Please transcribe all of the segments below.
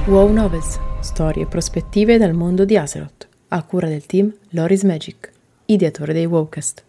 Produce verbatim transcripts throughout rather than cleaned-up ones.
WoW Novels, storie e prospettive dal mondo di Azeroth, a cura del team Loris Magic, ideatore dei WoWcast.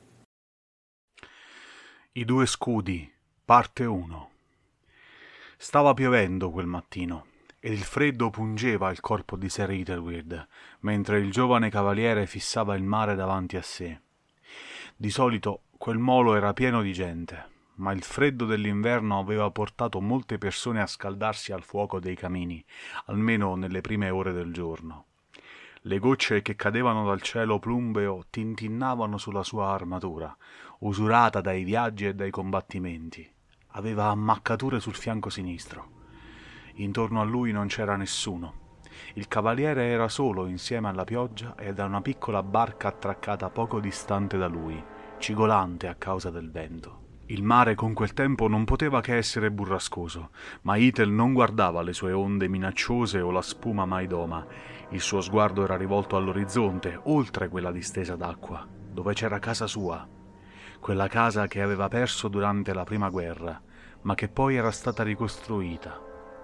I due scudi, parte uno. Stava piovendo quel mattino ed il freddo pungeva il corpo di Ser Ethelweard, mentre il giovane cavaliere fissava il mare davanti a sé. Di solito quel molo era pieno di gente, ma il freddo dell'inverno aveva portato molte persone a scaldarsi al fuoco dei camini, almeno nelle prime ore del giorno. Le gocce che cadevano dal cielo plumbeo tintinnavano sulla sua armatura, usurata dai viaggi e dai combattimenti. Aveva ammaccature sul fianco sinistro. Intorno a lui non c'era nessuno. Il cavaliere era solo insieme alla pioggia e da una piccola barca attraccata poco distante da lui, cigolante a causa del vento. Il mare con quel tempo non poteva che essere burrascoso, ma Ithel non guardava le sue onde minacciose o la spuma mai doma. Il suo sguardo era rivolto all'orizzonte, oltre quella distesa d'acqua, dove c'era casa sua. Quella casa che aveva perso durante la prima guerra, ma che poi era stata ricostruita.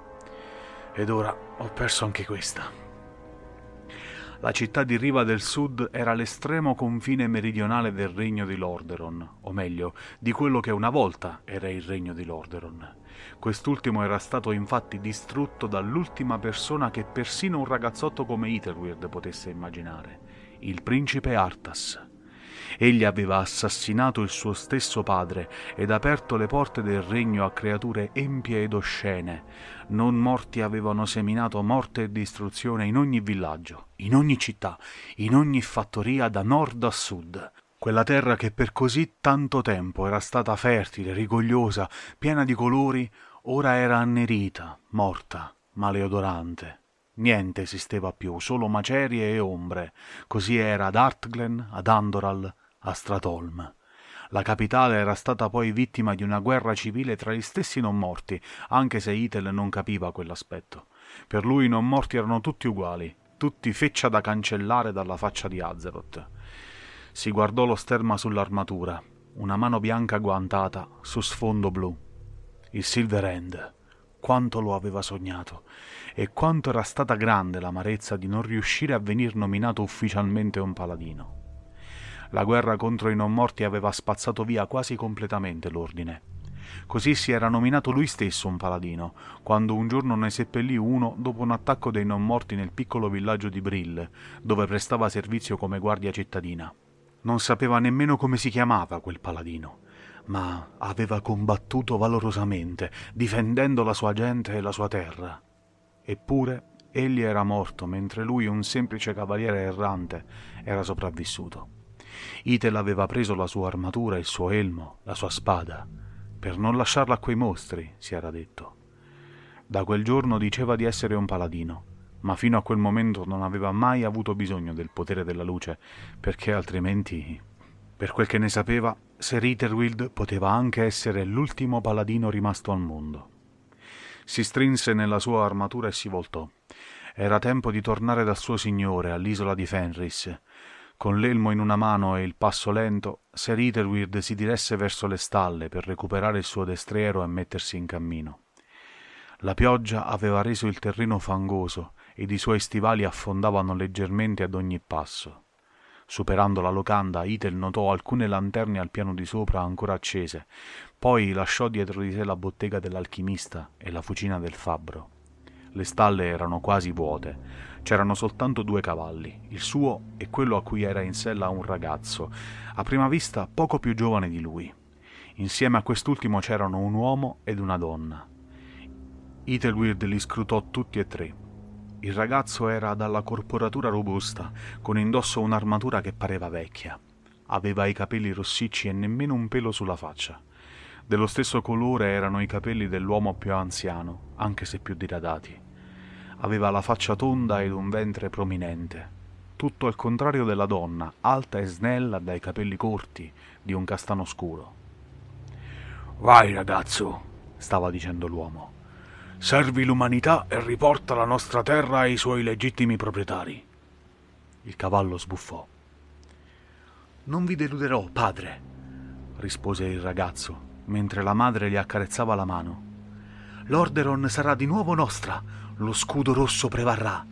Ed ora ho perso anche questa. La città di Riva del Sud era l'estremo confine meridionale del regno di Lordaeron, o meglio, di quello che una volta era il regno di Lordaeron. Quest'ultimo era stato infatti distrutto dall'ultima persona che persino un ragazzotto come Ethelweard potesse immaginare, il principe Arthas. Egli aveva assassinato il suo stesso padre ed aperto le porte del regno a creature empie ed oscene. Non morti avevano seminato morte e distruzione in ogni villaggio, in ogni città, in ogni fattoria da nord a sud. Quella terra che per così tanto tempo era stata fertile, rigogliosa, piena di colori, ora era annerita, morta, maleodorante. Niente esisteva più, solo macerie e ombre. Così era ad Artglen, ad Andoral, a Stratholme. La capitale era stata poi vittima di una guerra civile tra gli stessi non morti, anche se Ithel non capiva quell'aspetto. Per lui i non morti erano tutti uguali, tutti feccia da cancellare dalla faccia di Azeroth. Si guardò lo sterma sull'armatura, una mano bianca guantata su sfondo blu. Il Silver Hand. Quanto lo aveva sognato e quanto era stata grande l'amarezza di non riuscire a venir nominato ufficialmente un paladino. La guerra contro i non morti aveva spazzato via quasi completamente l'ordine. Così si era nominato lui stesso un paladino, quando un giorno ne seppellì uno dopo un attacco dei non morti nel piccolo villaggio di Brill, dove prestava servizio come guardia cittadina. Non sapeva nemmeno come si chiamava quel paladino, ma aveva combattuto valorosamente, difendendo la sua gente e la sua terra. Eppure egli era morto, mentre lui, un semplice cavaliere errante, era sopravvissuto. Ithel aveva preso la sua armatura, il suo elmo, la sua spada, per non lasciarla a quei mostri, si era detto. Da quel giorno diceva di essere un paladino, ma fino a quel momento non aveva mai avuto bisogno del potere della luce, perché altrimenti, per quel che ne sapeva, Ser Ethelweard poteva anche essere l'ultimo paladino rimasto al mondo. Si strinse nella sua armatura e si voltò. Era tempo di tornare dal suo signore all'isola di Fenris. Con l'elmo in una mano e il passo lento, Ser Ethelweard si diresse verso le stalle per recuperare il suo destriero e mettersi in cammino. La pioggia aveva reso il terreno fangoso ed i suoi stivali affondavano leggermente ad ogni passo. Superando la locanda, Ithel notò alcune lanterne al piano di sopra ancora accese, poi lasciò dietro di sé la bottega dell'alchimista e la fucina del fabbro. Le stalle erano quasi vuote. C'erano soltanto due cavalli, il suo e quello a cui era in sella un ragazzo, a prima vista poco più giovane di lui. Insieme a quest'ultimo c'erano un uomo ed una donna. Ethelweard li scrutò tutti e tre. Il ragazzo era dalla corporatura robusta, con indosso un'armatura che pareva vecchia. Aveva i capelli rossicci e nemmeno un pelo sulla faccia. Dello stesso colore erano i capelli dell'uomo più anziano, anche se più diradati. Aveva la faccia tonda ed un ventre prominente, tutto al contrario della donna, alta e snella dai capelli corti, di un castano scuro. «Vai, ragazzo», stava dicendo l'uomo. «Servi l'umanità e riporta la nostra terra ai suoi legittimi proprietari». Il cavallo sbuffò. «Non vi deluderò, padre», rispose il ragazzo, mentre la madre gli accarezzava la mano. «Lordaeron sarà di nuovo nostra, Lo scudo rosso prevarrà.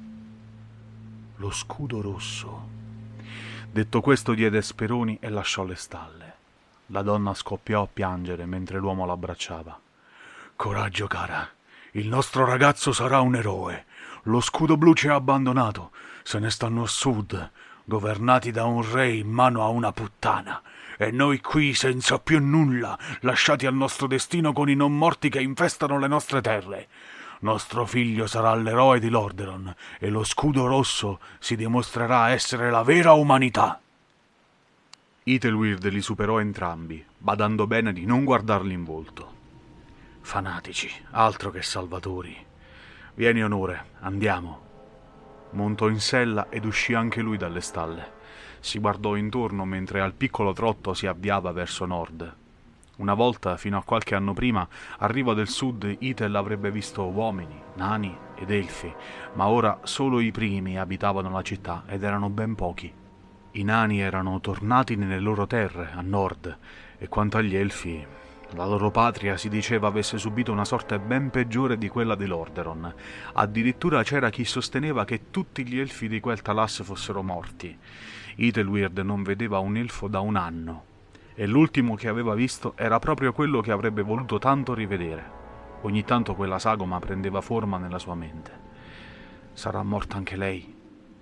Lo scudo rosso. Detto questo diede speroni e lasciò le stalle. La donna scoppiò a piangere mentre l'uomo l'abbracciava. Coraggio, cara. Il nostro ragazzo sarà un eroe. Lo scudo blu ci ha abbandonato. Se ne stanno a sud, governati da un re in mano a una puttana. E noi qui senza più nulla, lasciati al nostro destino con i non morti che infestano le nostre terre. Nostro figlio sarà l'eroe di Lordaeron e lo scudo rosso si dimostrerà essere la vera umanità. Ethelweird li superò entrambi, badando bene di non guardarli in volto. Fanatici, altro che salvatori. Vieni, Onore, andiamo. Montò in sella ed uscì anche lui dalle stalle. Si guardò intorno mentre al piccolo trotto si avviava verso nord. Una volta, fino a qualche anno prima, a Riva del Sud Ithel avrebbe visto uomini, nani ed elfi, ma ora solo i primi abitavano la città ed erano ben pochi. I nani erano tornati nelle loro terre, a nord, e quanto agli elfi, la loro patria si diceva avesse subito una sorte ben peggiore di quella di Lordaeron. Addirittura c'era chi sosteneva che tutti gli elfi di quel Talas fossero morti. Ethelweird non vedeva un elfo da un anno, e l'ultimo che aveva visto era proprio quello che avrebbe voluto tanto rivedere. Ogni tanto quella sagoma prendeva forma nella sua mente. Sarà morta anche lei?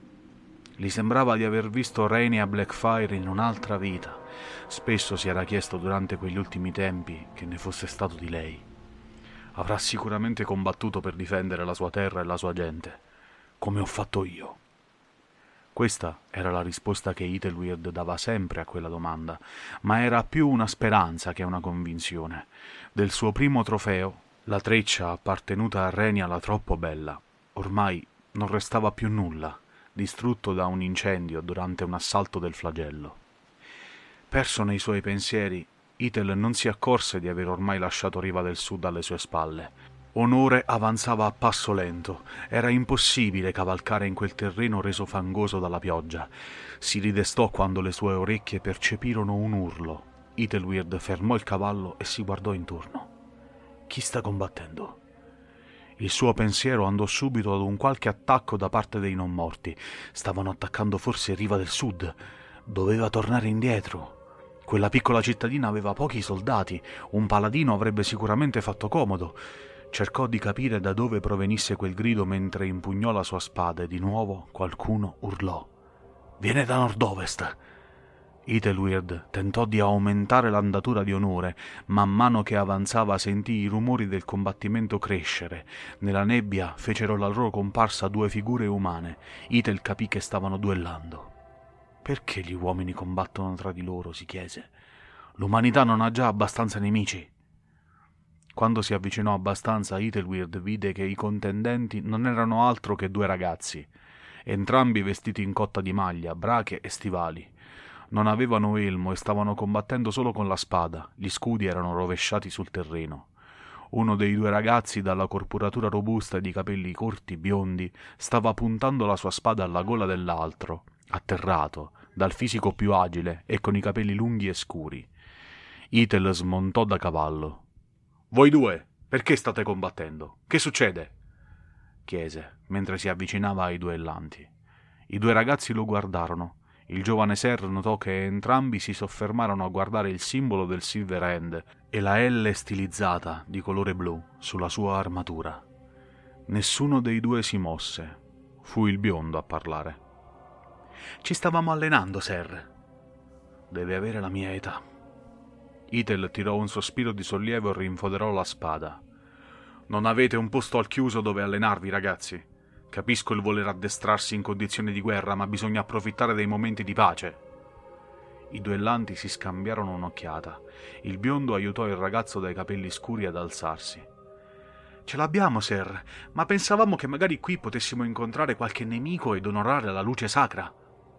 Gli sembrava di aver visto Rhaenyra Blackfyre in un'altra vita. Spesso si era chiesto durante quegli ultimi tempi che ne fosse stato di lei. Avrà sicuramente combattuto per difendere la sua terra e la sua gente, come ho fatto io. Questa era la risposta che Ethelweird dava sempre a quella domanda, ma era più una speranza che una convinzione. Del suo primo trofeo, la treccia appartenuta a Rhaenyra la troppo bella, ormai non restava più nulla, distrutto da un incendio durante un assalto del flagello. Perso nei suoi pensieri, Ithel non si accorse di aver ormai lasciato Riva del Sud alle sue spalle. Onore avanzava a passo lento. Era impossibile cavalcare in quel terreno reso fangoso dalla pioggia. Si ridestò quando le sue orecchie percepirono un urlo. Ethelweird fermò il cavallo e si guardò intorno. Chi sta combattendo? Il suo pensiero andò subito ad un qualche attacco da parte dei non morti. Stavano attaccando forse Riva del Sud. Doveva tornare indietro. Quella piccola cittadina aveva pochi soldati. Un paladino avrebbe sicuramente fatto comodo. Cercò di capire da dove provenisse quel grido mentre impugnò la sua spada e di nuovo qualcuno urlò. «Viene da nord-ovest!» Ethelweird tentò di aumentare l'andatura di Onore. Man mano che avanzava sentì i rumori del combattimento crescere. Nella nebbia fecero la loro comparsa due figure umane. Ithel capì che stavano duellando. «Perché gli uomini combattono tra di loro?» si chiese. «L'umanità non ha già abbastanza nemici?» Quando si avvicinò abbastanza, Ethelweird vide che i contendenti non erano altro che due ragazzi, entrambi vestiti in cotta di maglia, brache e stivali. Non avevano elmo e stavano combattendo solo con la spada, gli scudi erano rovesciati sul terreno. Uno dei due ragazzi, dalla corporatura robusta e di capelli corti biondi, stava puntando la sua spada alla gola dell'altro, atterrato, dal fisico più agile e con i capelli lunghi e scuri. Ithel smontò da cavallo. «Voi due, perché state combattendo? Che succede?» chiese, mentre si avvicinava ai duellanti. I due ragazzi lo guardarono. Il giovane Ser notò che entrambi si soffermarono a guardare il simbolo del Silverhand e la L stilizzata di colore blu sulla sua armatura. Nessuno dei due si mosse. Fu il biondo a parlare. «Ci stavamo allenando, Ser». «Deve avere la mia età». Ithel tirò un sospiro di sollievo e rinfoderò la spada. «Non avete un posto al chiuso dove allenarvi, ragazzi? Capisco il voler addestrarsi in condizioni di guerra, ma bisogna approfittare dei momenti di pace». I duellanti si scambiarono un'occhiata. Il biondo aiutò il ragazzo dai capelli scuri ad alzarsi. «Ce l'abbiamo, Ser, ma pensavamo che magari qui potessimo incontrare qualche nemico ed onorare la luce sacra».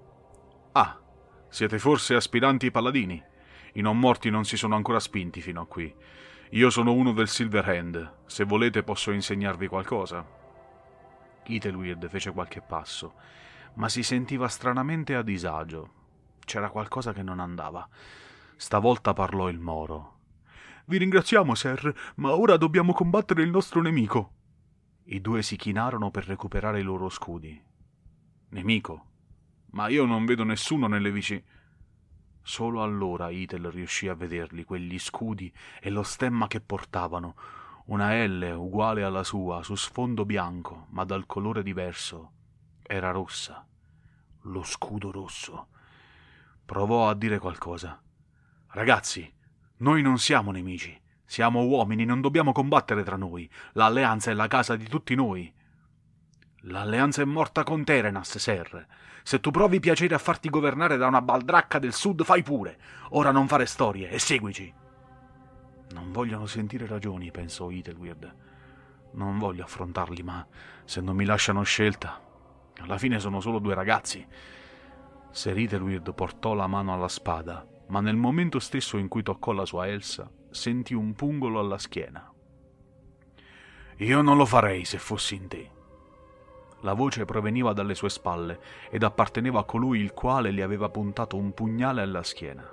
«Ah, siete forse aspiranti paladini? I non morti non si sono ancora spinti fino a qui. Io sono uno del Silverhand. Se volete posso insegnarvi qualcosa». Ethelweird fece qualche passo, ma si sentiva stranamente a disagio. C'era qualcosa che non andava. Stavolta parlò il Moro. «Vi ringraziamo, Ser, ma ora dobbiamo combattere il nostro nemico». I due si chinarono per recuperare i loro scudi. Nemico? Ma io non vedo nessuno nelle vicine. Solo allora Ithel riuscì a vederli, quegli scudi e lo stemma che portavano, una L uguale alla sua, su sfondo bianco, ma dal colore diverso. Era rossa. Lo scudo rosso. Provò a dire qualcosa. Ragazzi, noi non siamo nemici. Siamo uomini, non dobbiamo combattere tra noi. L'alleanza è la casa di tutti noi. L'alleanza è morta con Terenas, Ser. Se tu provi piacere a farti governare da una baldracca del sud, fai pure. Ora non fare storie e seguici. Non vogliono sentire ragioni, pensò Ethelweird. Non voglio affrontarli, ma se non mi lasciano scelta, alla fine sono solo due ragazzi. Ser Ethelweird portò la mano alla spada, ma nel momento stesso in cui toccò la sua Elsa, sentì un pungolo alla schiena. Io non lo farei se fossi in te. La voce proveniva dalle sue spalle ed apparteneva a colui il quale le aveva puntato un pugnale alla schiena.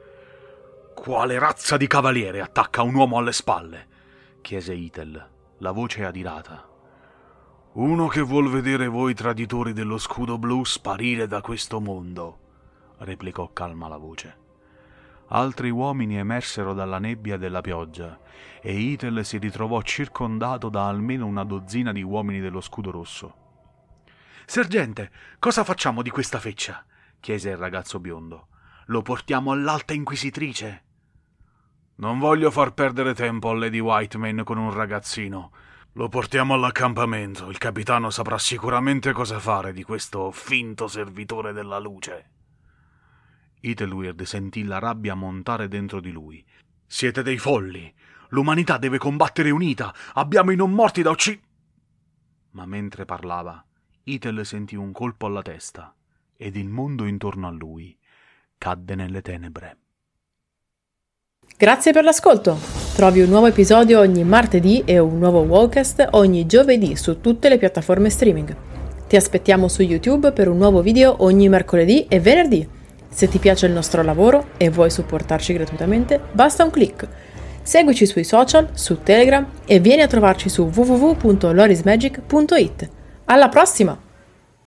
«Quale razza di cavaliere attacca un uomo alle spalle?» chiese Ithel, la voce adirata. «Uno che vuol vedere voi traditori dello scudo blu sparire da questo mondo», replicò calma la voce. Altri uomini emersero dalla nebbia della pioggia e Ithel si ritrovò circondato da almeno una dozzina di uomini dello scudo rosso. «Sergente, cosa facciamo di questa feccia?» chiese il ragazzo biondo. «Lo portiamo all'Alta Inquisitrice?» «Non voglio far perdere tempo a Lady Whitemane con un ragazzino. Lo portiamo all'accampamento. Il capitano saprà sicuramente cosa fare di questo finto servitore della luce». Ethelweird sentì la rabbia montare dentro di lui. «Siete dei folli! L'umanità deve combattere unita! Abbiamo i non morti da uccidere!» Ma mentre parlava, Ithel sentì un colpo alla testa ed il mondo intorno a lui cadde nelle tenebre. Grazie per l'ascolto! Trovi un nuovo episodio ogni martedì e un nuovo Wowcast ogni giovedì su tutte le piattaforme streaming. Ti aspettiamo su YouTube per un nuovo video ogni mercoledì e venerdì. Se ti piace il nostro lavoro e vuoi supportarci gratuitamente, basta un click. Seguici sui social, su Telegram e vieni a trovarci su w w w punto lorismagic punto it. Alla prossima!